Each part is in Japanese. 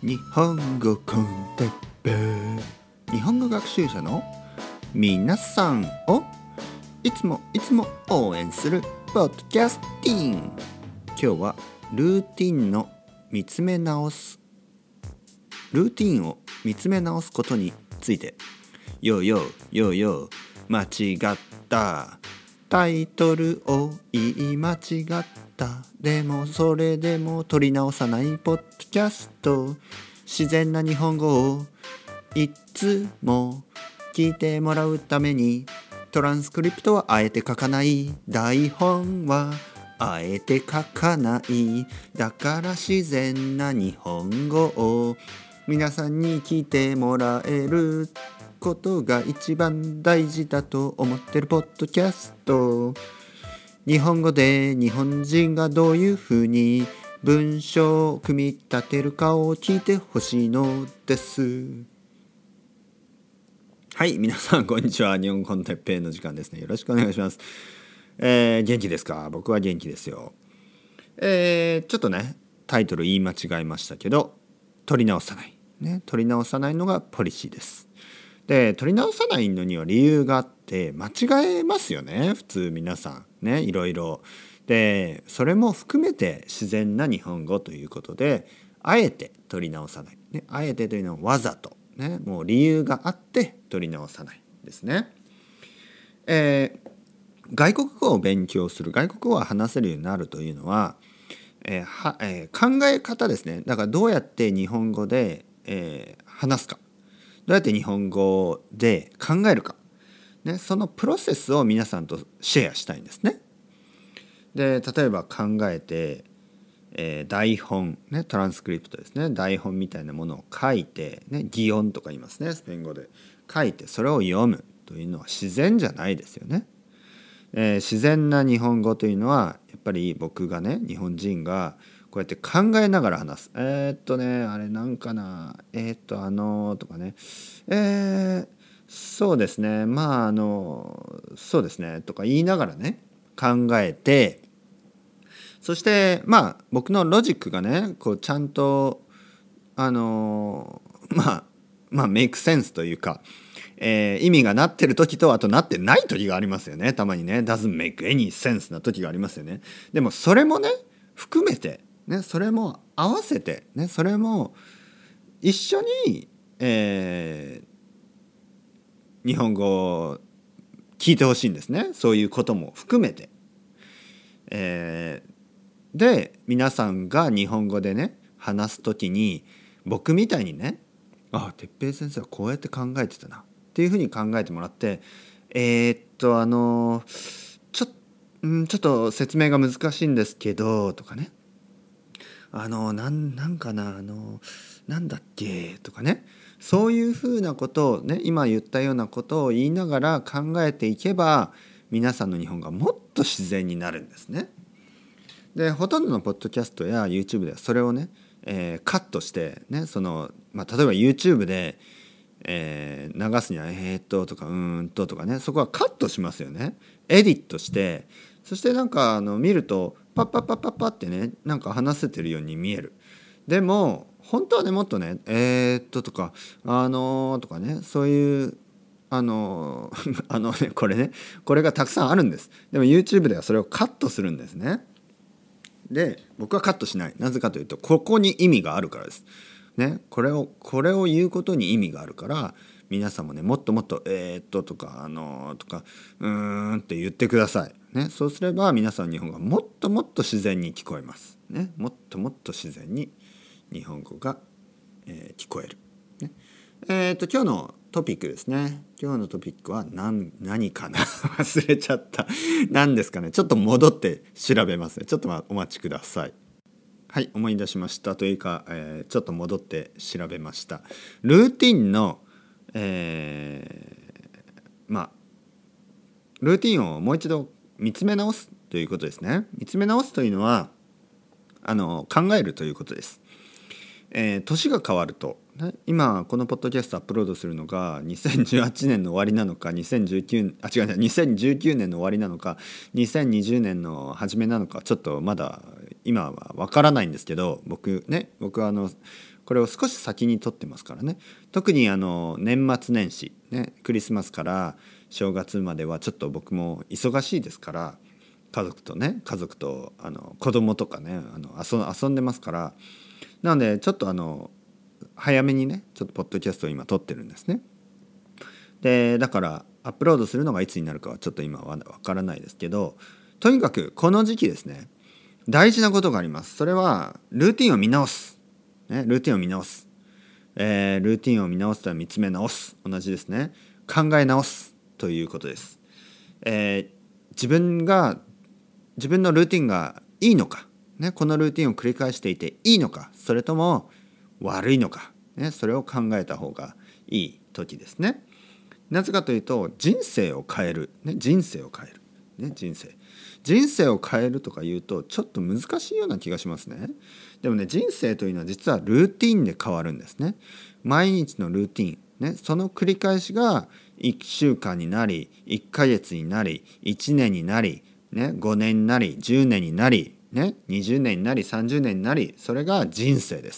日本語コンテッペ日本語学習者の皆さんをいつも応援するポッドキャスティング。今日はルーティンを見つめ直すことについて。よー間違ったタイトルを言い間違った。でもそれでも取り直さないポッドキャスト。自然な日本語をいつも聞いてもらうためにトランスクリプトはあえて書かない。台本はあえて書かない。だから自然な日本語を皆さんに聞いてもらえることが一番大事だと思ってるポッドキャスト。日本語で日本人がどういうふうに文章を組み立てるかを聞いてほしいのです。はい、皆さんこんにちは。日本語コンテッペイの時間ですね。よろしくお願いします。元気ですか？僕は元気ですよ。ちょっとねタイトル言い間違えましたけど、取り直さないのがポリシーです。で、取り直さないのには理由があって間違えますよね、普通皆さんね、いろいろで、それも含めて自然な日本語ということであえて取り直さない、ね、あえてというのはわざと、ね、もう理由があって取り直さないですね。外国語を勉強する、外国語を話せるようになるというのは、考え方ですね。だからどうやって日本語で、話すか、どうやって日本語で考えるか、ね、そのプロセスを皆さんとシェアしたいんですね。で、例えば考えて、台本、ね、トランスクリプトですね、台本みたいなものを書いて、ね、擬音とか言いますね、スペイン語で書いてそれを読むというのは自然じゃないですよね。自然な日本語というのはやっぱり僕がね、日本人がこうやって考えながら話す。あれなんかな、とかね、そうですね、そうですねとか言いながらね考えて、そして僕のロジックがねこうちゃんとメイクセンスというか、意味がなってる時と、あとなってない時がありますよね。たまにね doesn't make any sense な時がありますよね。でもそれもね含めてね、それも合わせてね、それも一緒に、日本語を聞いてほしいんですね。そういうことも含めて、で皆さんが日本語でね話すときに僕みたいにね、哲平先生はこうやって考えてたなっていうふうに考えてもらって、ちょっと説明が難しいんですけどとかね、なんかな、なんだっけとかね、そういうふうなことをね、今言ったようなことを言いながら考えていけば皆さんの日本語がもっと自然になるんですね。で、ほとんどのポッドキャストや YouTube ではそれをね、カットしてね、例えば YouTube で、流すにはとかとかね、そこはカットしますよね。エディットして、そしてなんか見るとパッパッパッパッパってね、なんか話せてるように見える。でも本当はねもっとねとかとかね、そういうこれがたくさんあるんです。でも YouTube ではそれをカットするんですね。で、僕はカットしない。なぜかというとここに意味があるからです。ね、これを言うことに意味があるから、皆さんもねもっともっととかとかって言ってください。ね、そうすれば皆さん日本語がもっともっと自然に聞こえます。ね、もっともっと自然に日本語が、聞こえる。ね、今日のトピックですね。今日のトピックは何かな忘れちゃった。何ですかね。ちょっと戻って調べますね。ちょっとお待ちください。はい、思い出しましたというか、ちょっと戻って調べました。ルーティンの、ルーティンをもう一度見つめ直すということですね。見つめ直すというのは考えるということです。年が変わると、ね、今このポッドキャストアップロードするのが2018年の終わりなのか2019年の終わりなのか2020年の初めなのか、ちょっとまだ今はわからないんですけど、僕はこれを少し先に撮ってますからね。特に年末年始ね、クリスマスから正月まではちょっと僕も忙しいですから、家族と子供とかね遊んでますから、なのでちょっと早めにねちょっとポッドキャストを今撮ってるんですね。でだからアップロードするのがいつになるかはちょっと今はわからないですけど、とにかくこの時期ですね、大事なことがあります。それはルーティンを見直す、ね、ルーティンを見直す、ルーティンを見直すとは見つめ直す、同じですね。考え直すということです。自分のルーティンがいいのか、ね、このルーティンを繰り返していていいのか、それとも悪いのか、ね、それを考えた方がいい時ですね。なぜかというと人生を変える、ね、人生を変える、ね、人生を変えるとか言うとちょっと難しいような気がしますね。でもね、人生というのは実はルーティンで変わるんですね。毎日のルーティン、ね、その繰り返しが1週間になり1ヶ月になり1年になり、ね、5年になり10年になり、ね、20年になり30年になり、それが人生です。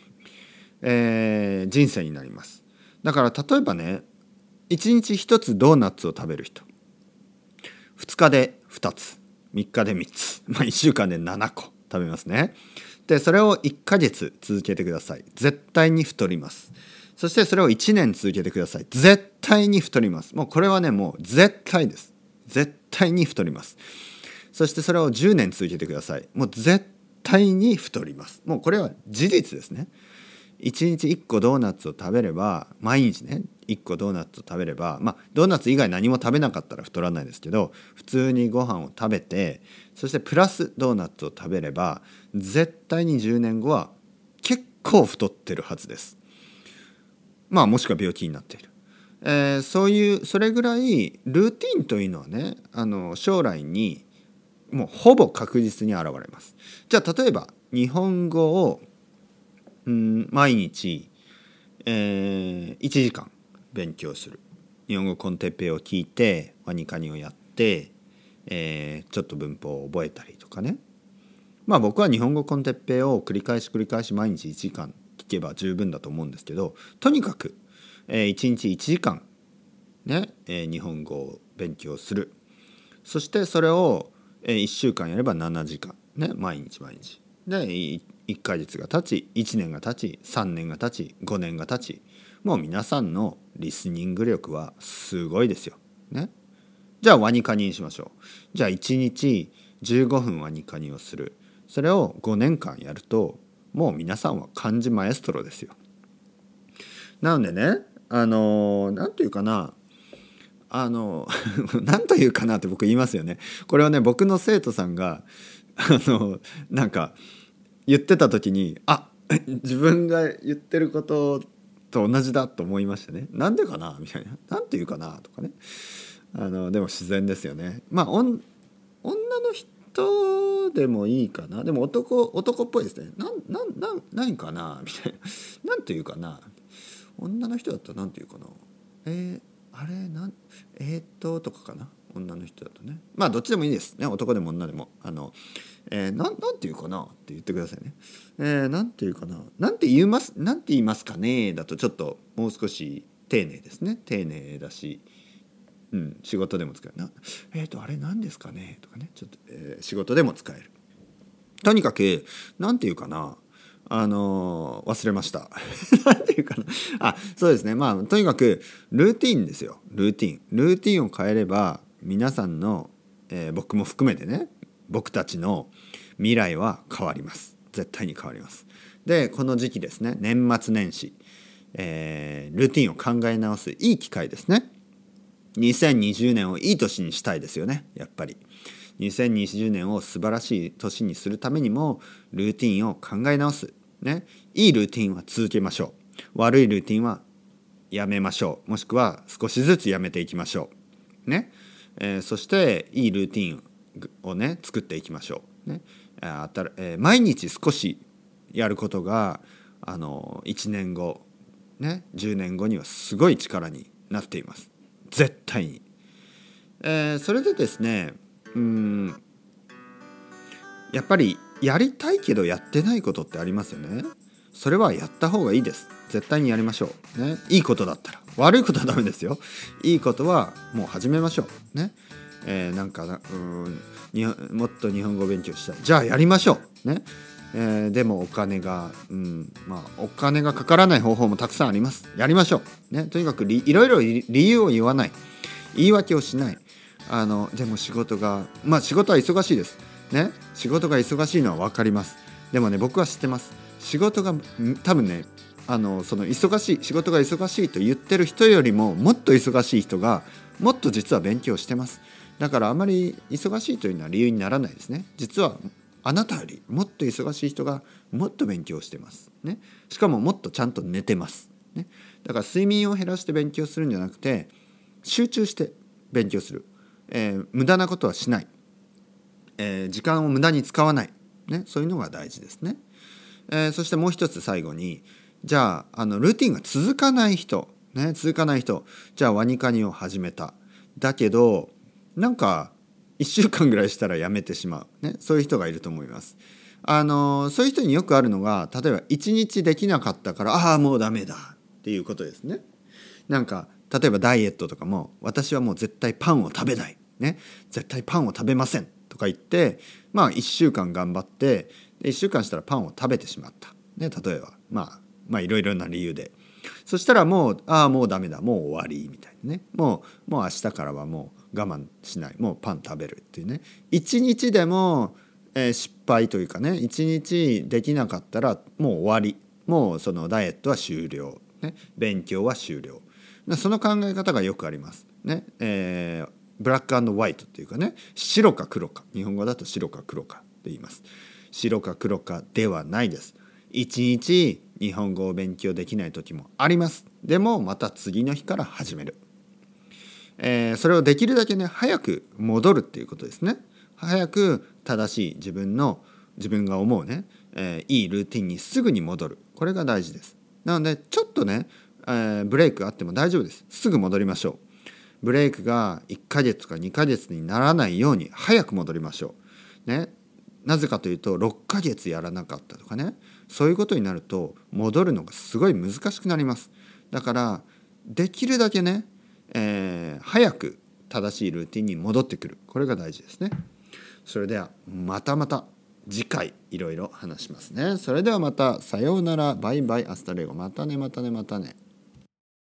人生になります。だから例えばね、1日1つドーナツを食べる人、2日で2つ、3日で3つ、1週間で7個食べますね。でそれを1ヶ月続けてください。絶対に太ります。そしてそれを1年続けてください。絶対に太ります。もうこれはね、もう絶対です。絶対に太ります。そしてそれを10年続けてください。もう絶対に太ります。もうこれは事実ですね。1日1個ドーナツを食べれば、毎日ね1個ドーナツを食べれば、ドーナツ以外何も食べなかったら太らないですけど、普通にご飯を食べて、そしてプラスドーナツを食べれば絶対に10年後は結構太ってるはずです。もしくは病気になっている、それぐらいルーティンというのはね、将来にもうほぼ確実に現れます。じゃあ例えば日本語を毎日、1時間勉強する。日本語コンテッペイを聞いてワニカニをやって、ちょっと文法を覚えたりとかね。僕は日本語コンテッペイを繰り返し毎日1時間聞けば十分だと思うんですけど、とにかく、1日1時間、ね日本語を勉強する。そしてそれを、1週間やれば7時間、ね、毎日で1ヶ月が経ち1年が経ち3年が経ち5年が経ち、もう皆さんのリスニング力はすごいですよ、ね。じゃあワニカニにしましょう。じゃあ1日15分ワニカニをする。それを5年間やるともう皆さんは漢字マエストロですよ。なのでね、なんていうかななんというかなって僕言いますよね。これはね、僕の生徒さんがなんか言ってた時に自分が言ってることと同じだと思いましたね。なんでかなみたいな、なんていうかなとかね。でも自然ですよね。女の人でもいいかな。でも男っぽいですね。何かなみたいな。なんていうかな。女の人だったらなんていうかな。あれとかかな。女の人だとね。どっちでもいいですね。男でも女でもなんていうかなって言ってくださいね。なんていうかな。なんて言いますかねだとちょっともう少し丁寧ですね。丁寧だし、仕事でも使えるな。あれ何ですかねとかね。ちょっと、仕事でも使える。とにかくなんていうかな。忘れましたなんていうかな。そうですね。とにかくルーティンですよ。ルーティンを変えれば皆さんの、僕も含めてね、僕たちの未来は変わります。絶対に変わります。でこの時期ですね、年末年始、ルーティンを考え直すいい機会ですね。2020年をいい年にしたいですよね。やっぱり2020年を素晴らしい年にするためにもルーティンを考え直す、ね、いいルーティンは続けましょう。悪いルーティンはやめましょう。もしくは少しずつやめていきましょう、ね。そしていいルーティンをね作っていきましょう、ね。毎日少しやることが1年後、ね、10年後にはすごい力になっています。絶対に。それでですね、やっぱりやりたいけどやってないことってありますよね。それはやった方がいいです。絶対にやりましょう、ね、いいことだったら。悪いことはダメですよ。いいことはもう始めましょうね。なんかもっと日本語勉強したい、じゃあやりましょうね。でもお金が、お金がかからない方法もたくさんあります。やりましょうね。とにかくいろいろ理由を言わない、言い訳をしない。でも仕事が仕事は忙しいですね。仕事が忙しいのは分かります。でもね、僕は知ってます。仕事が多分ね、その仕事が忙しいと言ってる人よりももっと忙しい人がもっと実は勉強してます。だからあまり忙しいというのは理由にならないですね。実はあなたよりもっと忙しい人がもっと勉強してますね。しかももっとちゃんと寝てますね。だから睡眠を減らして勉強するんじゃなくて、集中して勉強する、無駄なことはしない、時間を無駄に使わない、ね、そういうのが大事ですね。そしてもう一つ最後に、じゃあ、ルーティンが続かない人、ね、じゃあワニカニを始めた。だけどなんか1週間ぐらいしたらやめてしまう、ね、そういう人がいると思います。そういう人によくあるのが、例えば1日できなかったからもうダメだっていうことですね。なんか例えばダイエットとかも、私はもう絶対パンを食べない、ね、絶対パンを食べませんとか言って、1週間頑張って1週間したらパンを食べてしまった、ね、例えばいろいろな理由で、そしたらもうダメだ、もう終わりみたいなね。もう明日からはもう我慢しない、もうパン食べるっていうね。一日でも、失敗というかね、一日できなかったらもう終わり、もうそのダイエットは終了、ね、勉強は終了。その考え方がよくありますね。ブラック&ホワイトっていうかね、白か黒か、日本語だと白か黒かと言います。白か黒かではないです。一日日本語を勉強できない時もあります。でもまた次の日から始める、それをできるだけね、早く戻るっていうことですね。早く正しい自分が思うね、いいルーティンにすぐに戻る、これが大事です。なのでちょっとね、ブレイクあっても大丈夫です。すぐ戻りましょう。ブレイクが1ヶ月か2ヶ月にならないように早く戻りましょう、ね。なぜかというと6ヶ月やらなかったとかね、そういうことになると戻るのがすごい難しくなります。だからできるだけね、早く正しいルーティンに戻ってくる、これが大事ですね。それではまた次回いろいろ話しますね。それではまた、さようなら、バイバイ、アスタレゴ、またね。